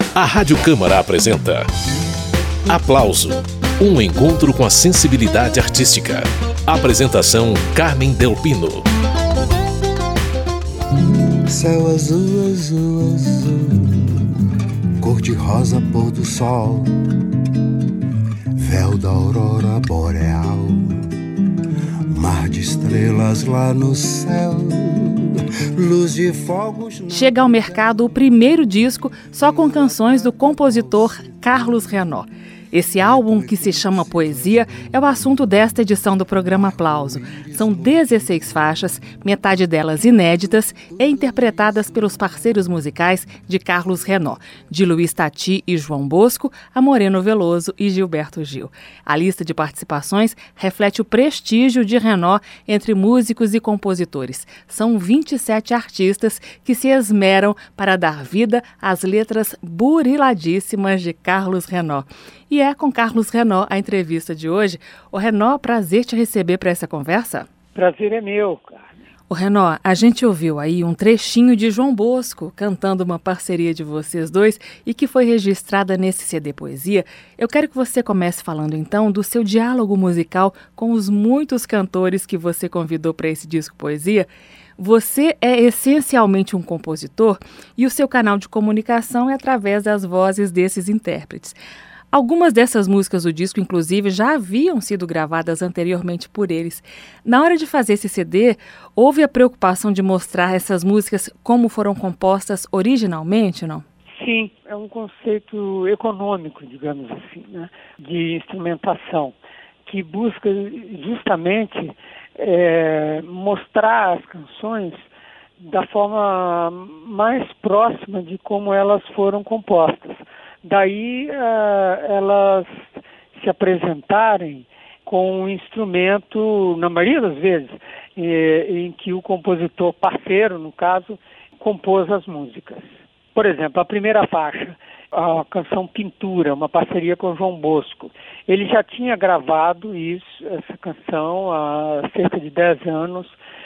A Rádio Câmara apresenta Aplauso, um encontro com a sensibilidade artística. Apresentação Carmen Del Pino. Céu azul, azul, azul, cor de rosa, pôr do sol, véu da aurora boreal, mar de estrelas lá no céu, luz de fogos... Chega ao mercado o primeiro disco só com canções do compositor Carlos Renaud. Esse álbum, que se chama Poesia, é o assunto desta edição do programa Aplauso. São 16 faixas, metade delas inéditas e interpretadas pelos parceiros musicais de Carlos Renaud, de Luiz Tati e João Bosco, a Moreno Veloso e Gilberto Gil. A lista de participações reflete o prestígio de Renaud entre músicos e compositores. São 27 artistas que se esmeram para dar vida às letras buriladíssimas de Carlos Renaud. E é com Carlos Renaud a entrevista de hoje. Ô Renaud, prazer te receber para essa conversa. Prazer é meu, cara. Ô Renaud, a gente ouviu aí um trechinho de João Bosco cantando uma parceria de vocês dois e que foi registrada nesse CD Poesia. Eu quero que você comece falando então do seu diálogo musical com os muitos cantores que você convidou para esse disco Poesia. Você é essencialmente um compositor e o seu canal de comunicação é através das vozes desses intérpretes. Algumas dessas músicas do disco, inclusive, já haviam sido gravadas anteriormente por eles. Na hora de fazer esse CD, houve a preocupação de mostrar essas músicas como foram compostas originalmente, não? Sim, é um conceito econômico, digamos assim, né, de instrumentação, que busca justamente mostrar as canções da forma mais próxima de como elas foram compostas. Daí elas se apresentarem com um instrumento, na maioria das vezes, em que o compositor parceiro, no caso, compôs as músicas. Por exemplo, a primeira faixa, a canção Pintura, uma parceria com João Bosco. Ele já tinha gravado essa canção há cerca de 10 anos,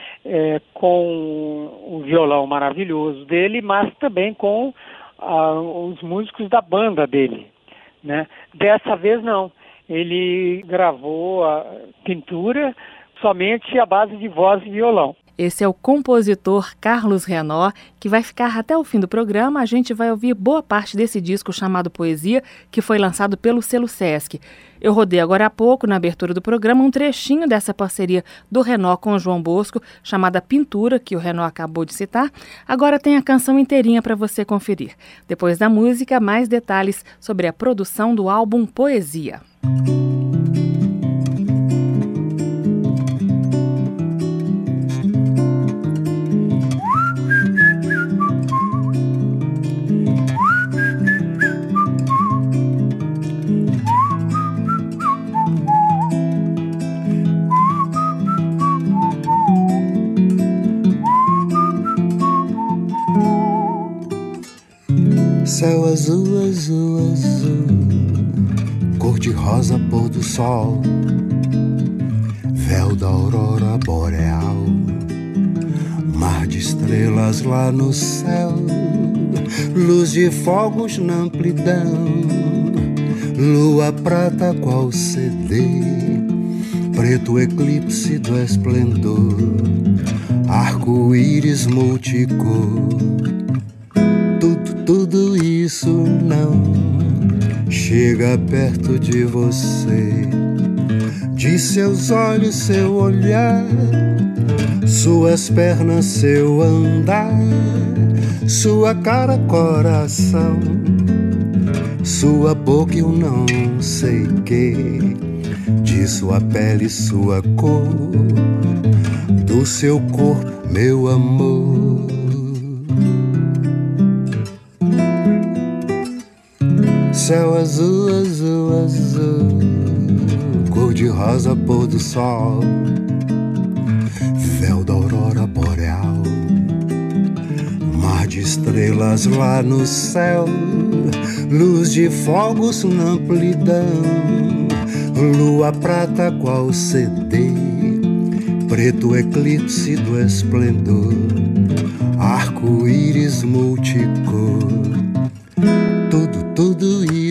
com o violão maravilhoso dele, mas também com os músicos da banda dele, né? Dessa vez não, ele gravou a Pintura somente à base de voz e violão. Esse é o compositor Carlos Renaud, que vai ficar até o fim do programa. A gente vai ouvir boa parte desse disco chamado Poesia, que foi lançado pelo selo Sesc. Eu rodei agora há pouco, na abertura do programa, um trechinho dessa parceria do Renaud com o João Bosco, chamada Pintura, que o Renaud acabou de citar. Agora tem a canção inteirinha para você conferir. Depois da música, mais detalhes sobre a produção do álbum Poesia. Céu azul, azul, azul, cor de rosa, pôr do sol, véu da aurora boreal, mar de estrelas lá no céu, luz de fogos na amplidão, lua prata qual CD, preto eclipse do esplendor, arco-íris multicor. Tudo isso não chega perto de você, de seus olhos, seu olhar, suas pernas, seu andar, sua cara, coração, sua boca, eu não sei que, de sua pele, sua cor, do seu corpo, meu amor. Céu azul, azul, azul, cor de rosa, pôr do sol, véu da aurora boreal, mar de estrelas lá no céu, luz de fogos na amplidão, lua prata qual CD, preto eclipse do esplendor, arco-íris multicor. Tudo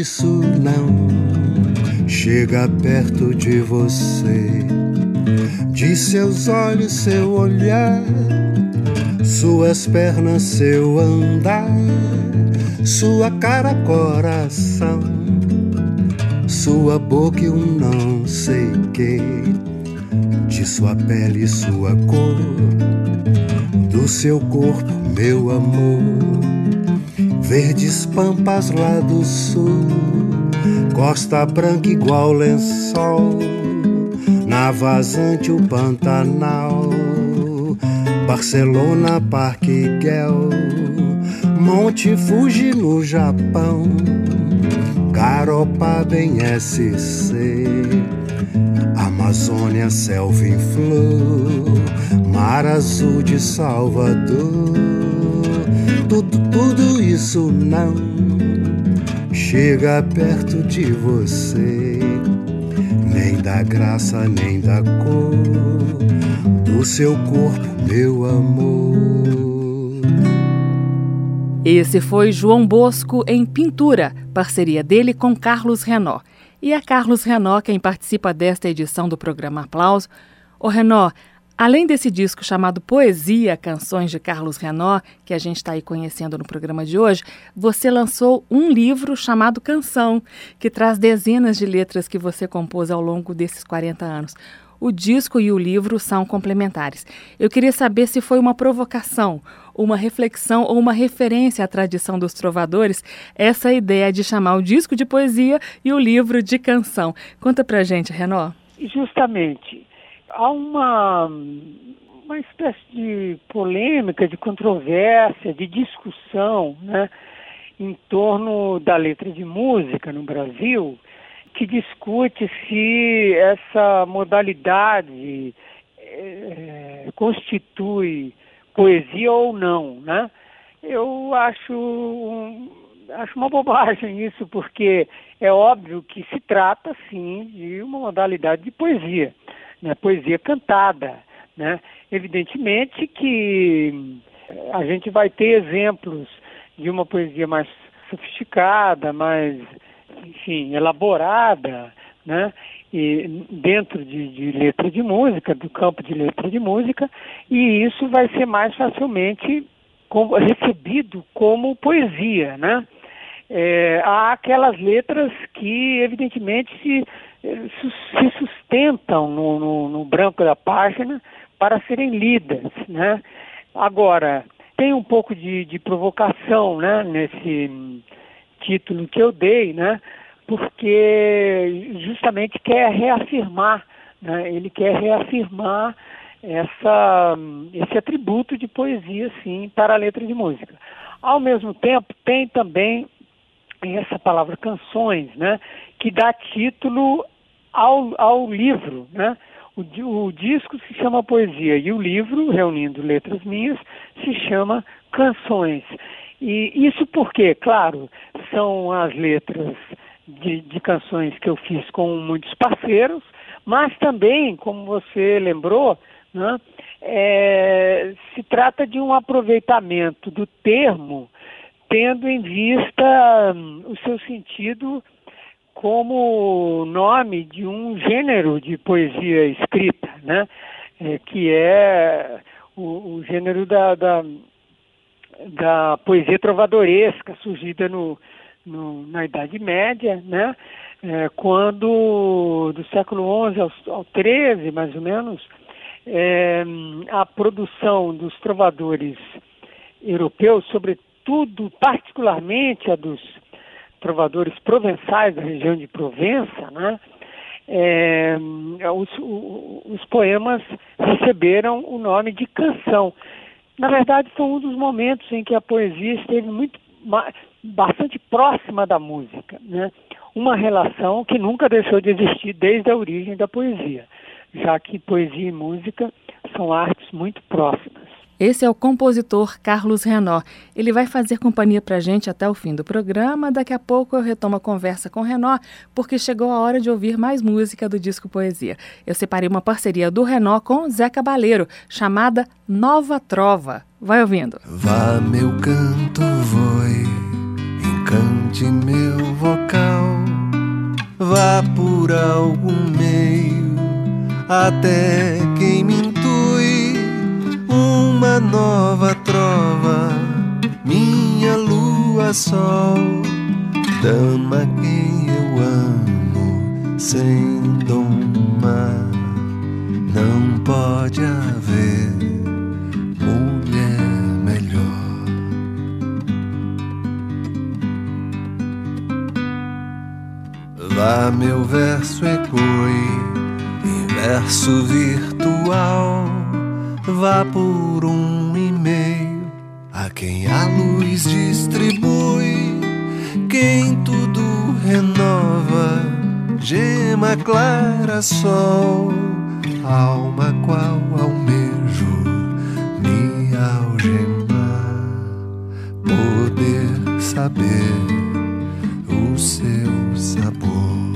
isso não chega perto de você. De seus olhos, seu olhar, suas pernas, seu andar, sua cara, coração, sua boca e um não sei que, de sua pele, sua cor, do seu corpo, meu amor. Verdes pampas lá do sul, costa branca igual lençol, na vazante o Pantanal, Barcelona, Parque Güell, Monte Fuji no Japão, Garopaba em SC, Amazônia, selva em flor, mar azul de Salvador. Tudo isso não chega perto de você, nem da graça, nem da cor do seu corpo, meu amor. Esse foi João Bosco em Pintura, parceria dele com Carlos Renaud. E é Carlos Renaud quem participa desta edição do programa Aplauso. Ô Renaud, além desse disco chamado Poesia, Canções de Carlos Renaud, que a gente está aí conhecendo no programa de hoje, você lançou um livro chamado Canção, que traz dezenas de letras que você compôs ao longo desses 40 anos. O disco e o livro são complementares. Eu queria saber se foi uma provocação, uma reflexão ou uma referência à tradição dos trovadores, essa ideia de chamar o disco de poesia e o livro de canção. Conta pra gente, Renaud. Justamente. Há uma espécie de polêmica, de controvérsia, de discussão, né, em torno da letra de música no Brasil, que discute se essa modalidade constitui poesia ou não, né? Eu acho uma bobagem isso, porque é óbvio que se trata, sim, de uma modalidade de poesia, né? Poesia cantada, né? Evidentemente que a gente vai ter exemplos de uma poesia mais sofisticada, mais, enfim, elaborada, né? E dentro de letra de música, do campo de letra de música, e isso vai ser mais facilmente recebido como poesia, né? Há aquelas letras que, evidentemente, se sustentam no branco da página para serem lidas, né? Agora, tem um pouco de provocação, né, nesse título que eu dei, né? Porque justamente quer reafirmar, né? Ele quer reafirmar esse atributo de poesia, sim, para a letra de música. Ao mesmo tempo, tem também essa palavra canções, né, que dá título ao livro, né? O disco se chama Poesia e o livro, reunindo letras minhas, se chama Canções. E isso porque, claro, são as letras de canções que eu fiz com muitos parceiros, mas também, como você lembrou, né, se trata de um aproveitamento do termo, tendo em vista o seu sentido como nome de um gênero de poesia escrita, né, que é o gênero da poesia trovadoresca, surgida na Idade Média, né, quando do século XI ao XIII, mais ou menos, a produção dos trovadores europeus, sobretudo, particularmente a dos trovadores provençais da região de Provença, né, os poemas receberam o nome de canção. Na verdade, foi um dos momentos em que a poesia esteve bastante próxima da música, né? Uma relação que nunca deixou de existir desde a origem da poesia, já que poesia e música são artes muito próximas. Esse é o compositor Carlos Renaud. Ele vai fazer companhia para a gente até o fim do programa. Daqui a pouco eu retomo a conversa com Renaud, porque chegou a hora de ouvir mais música do disco Poesia. Eu separei uma parceria do Renaud com Zé Cabaleiro, chamada Nova Trova. Vai ouvindo. Vá meu canto, voe, encanto tente meu vocal, vá por algum meio, até que me intue uma nova trova, minha lua, sol, dama quem eu amo, sem doma, não pode haver mulher melhor. Vá meu verso ecoe em verso virtual, vá por um e-mail a quem a luz distribui, quem tudo renova, gema clara, sol, alma qual almejo me algemar, poder saber o seu sabor.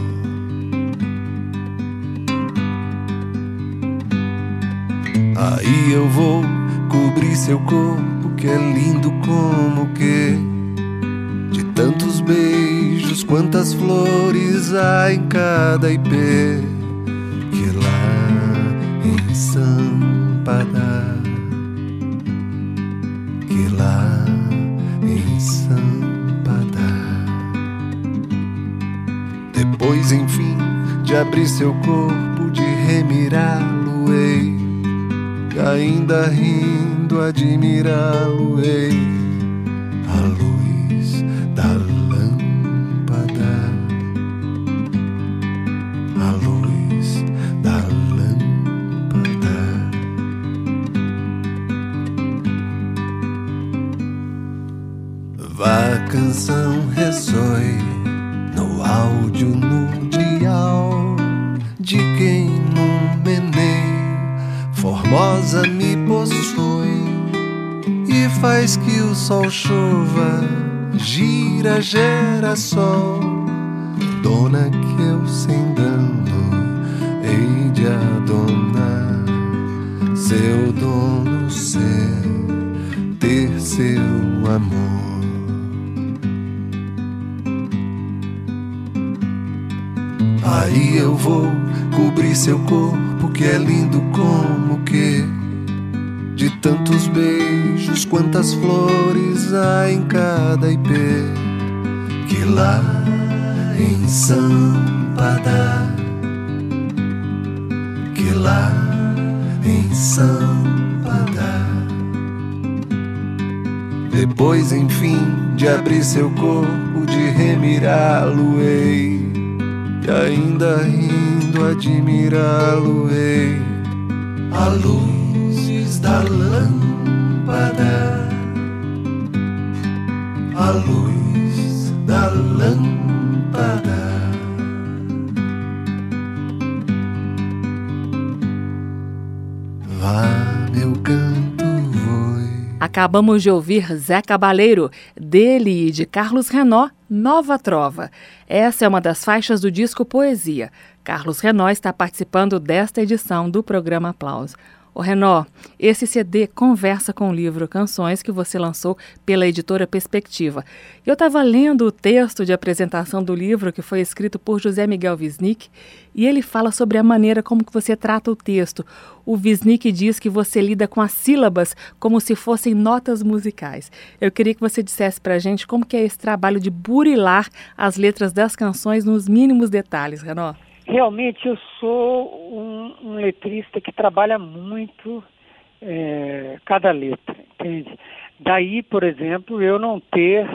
Aí eu vou cobrir seu corpo, que é lindo como que, de tantos beijos, quantas flores há em cada ipê, que lá em Sampadá, que lá em Sampadá. Depois, enfim, de abrir seu corpo, de remirá-lo-ei, ainda rindo admirá-lo-ei, a luz da lâmpada, a luz da lâmpada. Vá, canção, ressoe no áudio nupcial de quem num meneio formosa me possui e faz que o sol chova, gira, gera sol, dona que eu sem dano hei de adonar, seu dono ser, ter seu amor. Aí eu vou cobrir seu corpo, que é lindo como que, de tantos beijos, quantas flores há em cada ipê, que lá em Sampadá, que lá em Sampadá. Depois, enfim, de abrir seu corpo, de remirá-lo-ei, e ainda rindo admirá-lo-ei, a luz da lâmpada, a luz da lâmpada. Vá, meu canto voe. Acabamos de ouvir Zé Cabaleiro, dele e de Carlos Renaud, Nova Trova. Essa é uma das faixas do disco Poesia. Carlos Renaud está participando desta edição do programa Aplauso. Ô Renaud, esse CD conversa com o livro Canções que você lançou pela editora Perspectiva. Eu estava lendo o texto de apresentação do livro que foi escrito por José Miguel Wisnik e ele fala sobre a maneira como que você trata o texto. O Wisnik diz que você lida com as sílabas como se fossem notas musicais. Eu queria que você dissesse para a gente como que é esse trabalho de burilar as letras das canções nos mínimos detalhes, Renaud. Realmente eu sou um letrista que trabalha muito cada letra, entende? Daí, por exemplo, eu não ter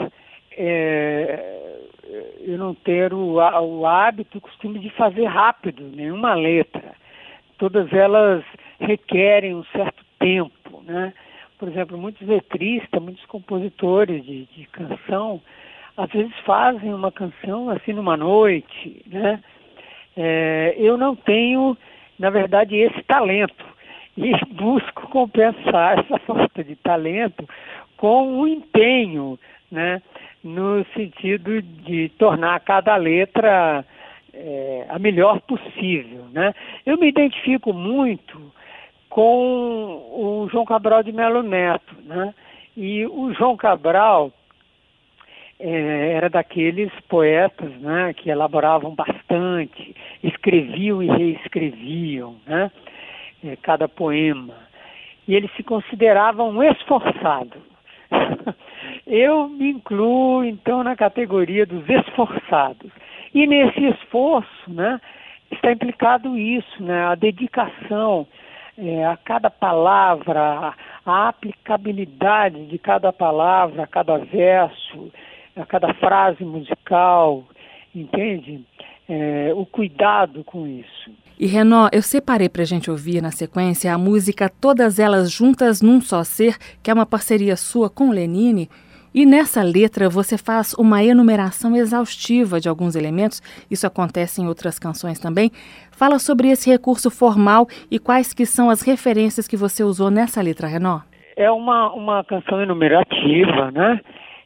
o hábito, o costume de fazer rápido nenhuma letra. Todas elas requerem um certo tempo, né? Por exemplo, muitos letristas, muitos compositores de canção, às vezes fazem uma canção assim numa noite, né? Eu não tenho, na verdade, esse talento e busco compensar essa falta de talento com o empenho, né, no sentido de tornar cada letra a melhor possível, né? Eu me identifico muito com o João Cabral de Melo Neto, né? E o João Cabral era daqueles poetas, né, que elaboravam bastante, escreviam e reescreviam, né, cada poema. E ele se considerava um esforçado. Eu me incluo, então, na categoria dos esforçados. E nesse esforço, né, está implicado isso, né, a dedicação a cada palavra, a aplicabilidade de cada palavra, a cada verso, a cada frase musical, entende? O cuidado com isso. E, Renaud, eu separei para a gente ouvir na sequência a música Todas Elas Juntas Num Só Ser, que é uma parceria sua com Lenine. E nessa letra você faz uma enumeração exaustiva de alguns elementos, isso acontece em outras canções também. Fala sobre esse recurso formal e quais que são as referências que você usou nessa letra, Renaud. É uma canção enumerativa, né,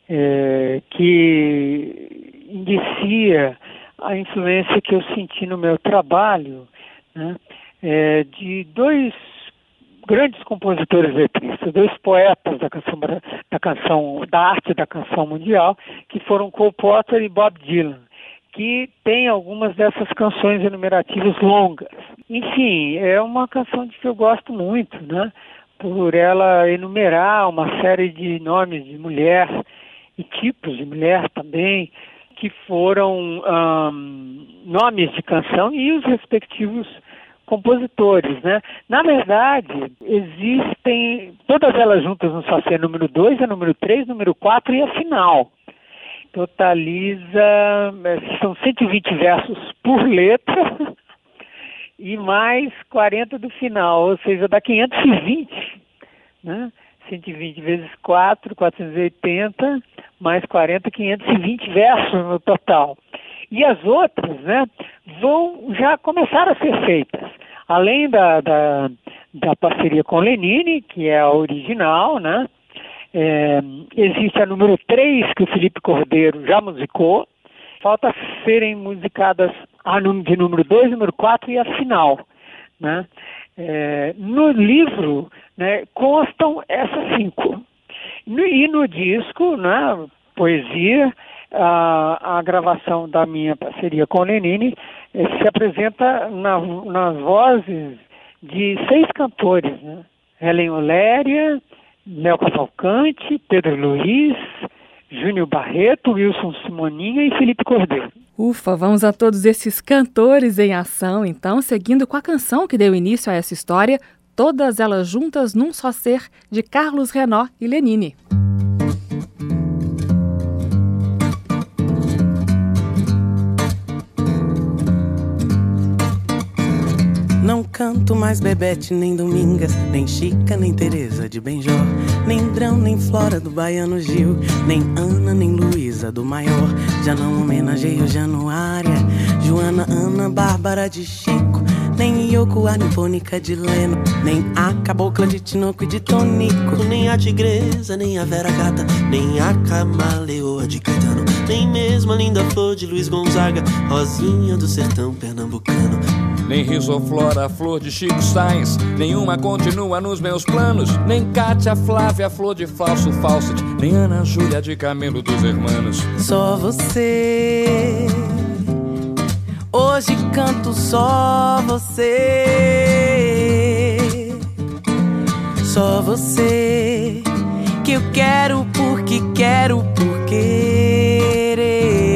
que indicia a influência que eu senti no meu trabalho, né, de dois grandes compositores letristas, dois poetas da arte da canção mundial, que foram Cole Porter e Bob Dylan, que tem algumas dessas canções enumerativas longas. Enfim, é uma canção de que eu gosto muito, né, por ela enumerar uma série de nomes de mulher e tipos de mulher também, que foram nomes de canção e os respectivos compositores, né? Na verdade, existem todas elas juntas no Só Ser número 2, a número 3, número 4 e a final. Totaliza, são 120 versos por letra e mais 40 do final, ou seja, dá 520, né? 120 vezes 4, 480, mais 40, 520 versos no total. E as outras, né, vão já começar a ser feitas. Além da parceria com Lenine, que é a original, né, existe a número 3, que o Felipe Cordeiro já musicou. Falta serem musicadas a de número 2, número 4 e a final, né. No livro, né, constam essas 5. E no disco, né, Poesia, a gravação da minha parceria com Lenine se apresenta nas vozes de 6 cantores, né? Helen Oléria, Léo Cavalcante, Pedro Luiz, Júnior Barreto, Wilson Simoninha e Felipe Cordeiro. Ufa, vamos a todos esses cantores em ação, então, seguindo com a canção que deu início a essa história, Todas Elas Juntas Num Só Ser, de Carlos Renaud e Lenine. Não canto mais Bebete, nem Domingas, nem Chica, nem Teresa de Benjó, nem Drão, nem Flora do Baiano Gil, nem Ana, nem Luísa do Maior. Já não homenageio Januária, Joana, Ana, Bárbara de Chico, nem Yoko, a nipônica de Leno, nem a Cabocla de Tinoco e de Tonico, nem a Tigresa, nem a Vera Gata, nem a Camaleoa de Caetano, nem mesmo a linda flor de Luiz Gonzaga, Rosinha do sertão pernambucano. Nem Risoflora, flor de Chico Sainz, nenhuma continua nos meus planos. Nem Cátia, Flávia, flor de falso Fawcett, nem Ana Júlia de Camelo dos Hermanos. Só você, hoje canto só você. Só você, que eu quero porque quero por querer.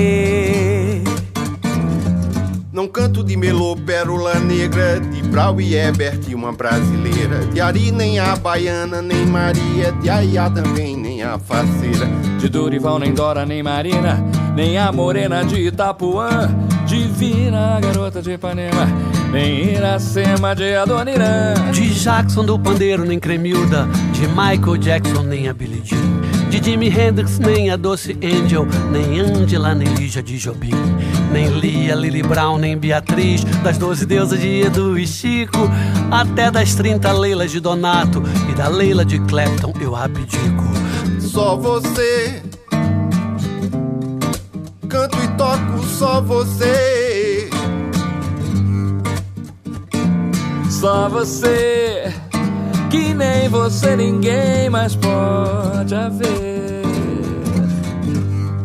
Não canto de Melô, Pérola Negra, de Brau e Ebert, uma brasileira, de Ari, nem a baiana, nem Maria, de Aiá também, nem a faceira, de Dorival, nem Dora, nem Marina, nem a morena de Itapuã, divina garota de Ipanema, nem Iracema de Adoniran, de Jackson do Pandeiro, nem Cremilda, de Michael Jackson, nem a Billie Jean, de Jimi Hendrix, nem a Doce Angel, nem Angela, nem Lígia de Jobim, nem Lia, Lily Brown, nem Beatriz, das 12 deusas de Edu e Chico, até das 30 Leilas de Donato e da Leila de Clapton eu abdico. Só você, canto e toco só você. Só você, que nem você ninguém mais pode haver.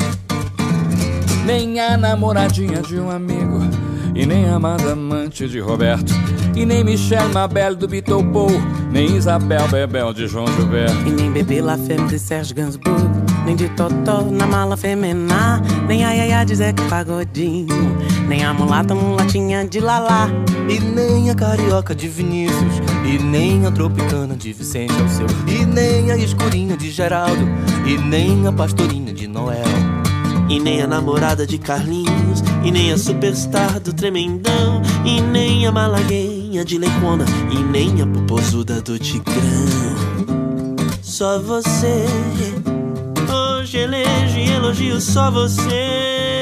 nem a namoradinha de um amigo, e nem a amada amante de Roberto, e nem Michelle Mabel do Beatle, nem Isabel Bebel de João Gilberto, e nem Bebê La Femme de Serge Gainsbourg, nem de Totó na mala feminina, nem a Yaya de Zeca Pagodinho, nem a mulata mulatinha de Lala, e nem a carioca de Vinícius, e nem a tropicana de Vicente Alceu, e nem a escurinha de Geraldo, e nem a pastorinha de Noel, e nem a namorada de Carlinhos, e nem a superstar do Tremendão, e nem a malaguinha de Leicona, e nem a popozuda do Tigrão. Só você, hoje elejo e elogio só você.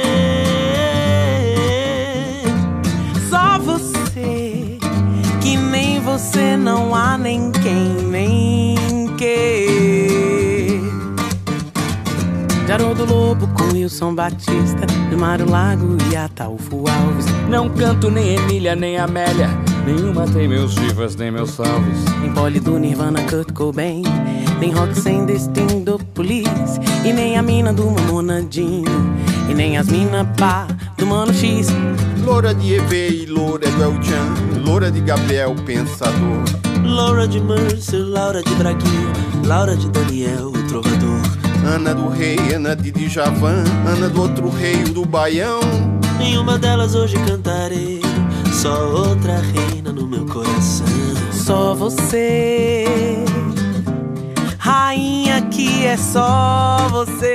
Só você, que nem você não há nem quem nem que. De Haroldo Lobo com Wilson Batista, do Mário Lago e Ataúfo Alves. Não canto nem Emília nem Amélia, nenhuma tem meus divas nem meus salves. Nem Polly do Nirvana, Kurt Cobain, nem Rock Sem Destino do Police, e nem a mina do Mamonadinho, e nem as mina pá do Mano X. Loura de EV e Loura do El Chan, Loura de Gabriel Pensador, Laura de Mercer, Laura de Braguinha, Laura de Daniel, o Trovador. Ana do Rei, Ana de Djavan, Ana do outro rei, o do Baião. Nenhuma delas hoje cantarei, só outra reina no meu coração. Só você, rainha que é só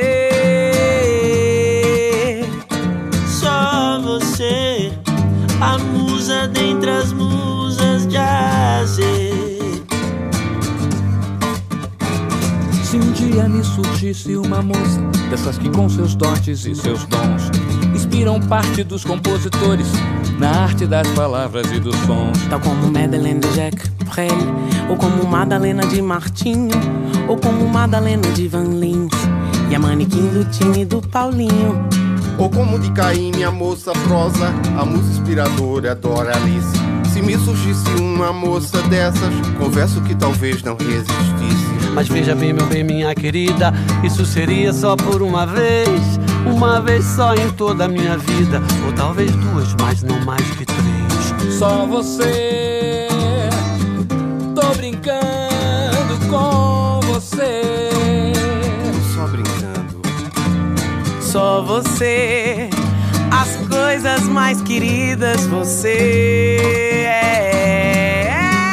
você. Só você, a musa dentre as musas de azer. Se um dia me surgisse uma moça dessas que com seus dotes e seus dons inspiram parte dos compositores na arte das palavras e dos sons, tal como Madeleine de Jacques Brel, ou como Madalena de Martinho, ou como Madalena de Van Lins, e a manequim do time do Paulinho, ou como de Caim, minha moça prosa, a musa inspiradora Doralice. Se me surgisse uma moça dessas, confesso que talvez não resistisse. Mas veja bem, meu bem, minha querida, isso seria só por uma vez só em toda a minha vida, ou talvez duas, mas não mais que três. Só você, tô brincando com você. Só brincando. Só você, as coisas mais queridas você é.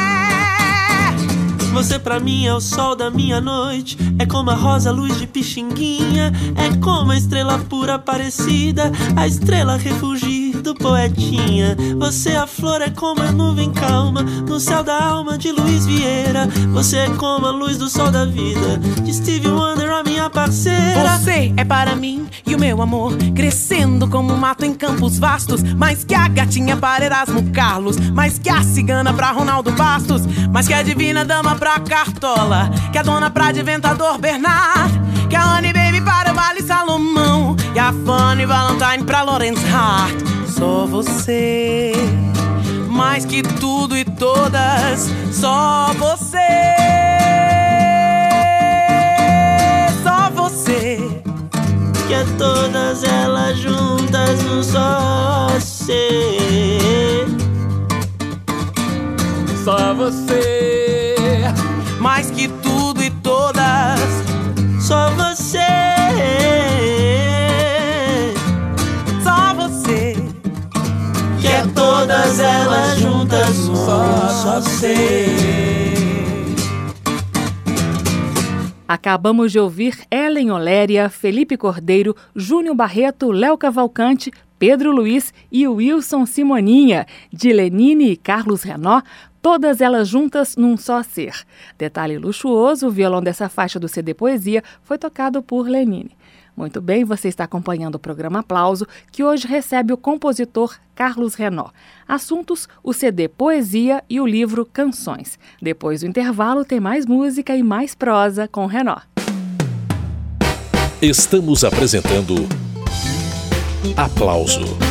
Você pra mim é o sol da minha noite, é como a rosa luz de Pixinguinha, é como a estrela pura aparecida, a estrela refugir do poetinha. Você a flor é como a nuvem calma no céu da alma de Luiz Vieira. Você é como a luz do sol da vida de Stevie Wonder, a minha parceira. Você é para mim e o meu amor, crescendo como um mato em campos vastos, mais que a gatinha para Erasmo Carlos, mais que a cigana pra Ronaldo Bastos, mais que a divina dama pra Cartola, que a dona pra Adventador Bernard, que a Honey Baby para o Vale Salomão, e a Fanny Valentine pra Lawrence Hart. Só você, mais que tudo e todas, só você. Só você, que é todas elas juntas num só ser. Só você, mais que tudo e todas, só você. Só você, que é todas elas juntas num só ser. Acabamos de ouvir Ellen Oléria, Felipe Cordeiro, Júnior Barreto, Léo Cavalcante, Pedro Luiz e Wilson Simoninha, de Lenine e Carlos Renaud, todas elas juntas num só ser. Detalhe luxuoso, o violão dessa faixa do CD Poesia foi tocado por Lenine. Muito bem, você está acompanhando o programa Aplauso, que hoje recebe o compositor Carlos Renaud. Assuntos, o CD Poesia e o livro Canções. Depois do intervalo, tem mais música e mais prosa com Renaud. Estamos apresentando Aplauso.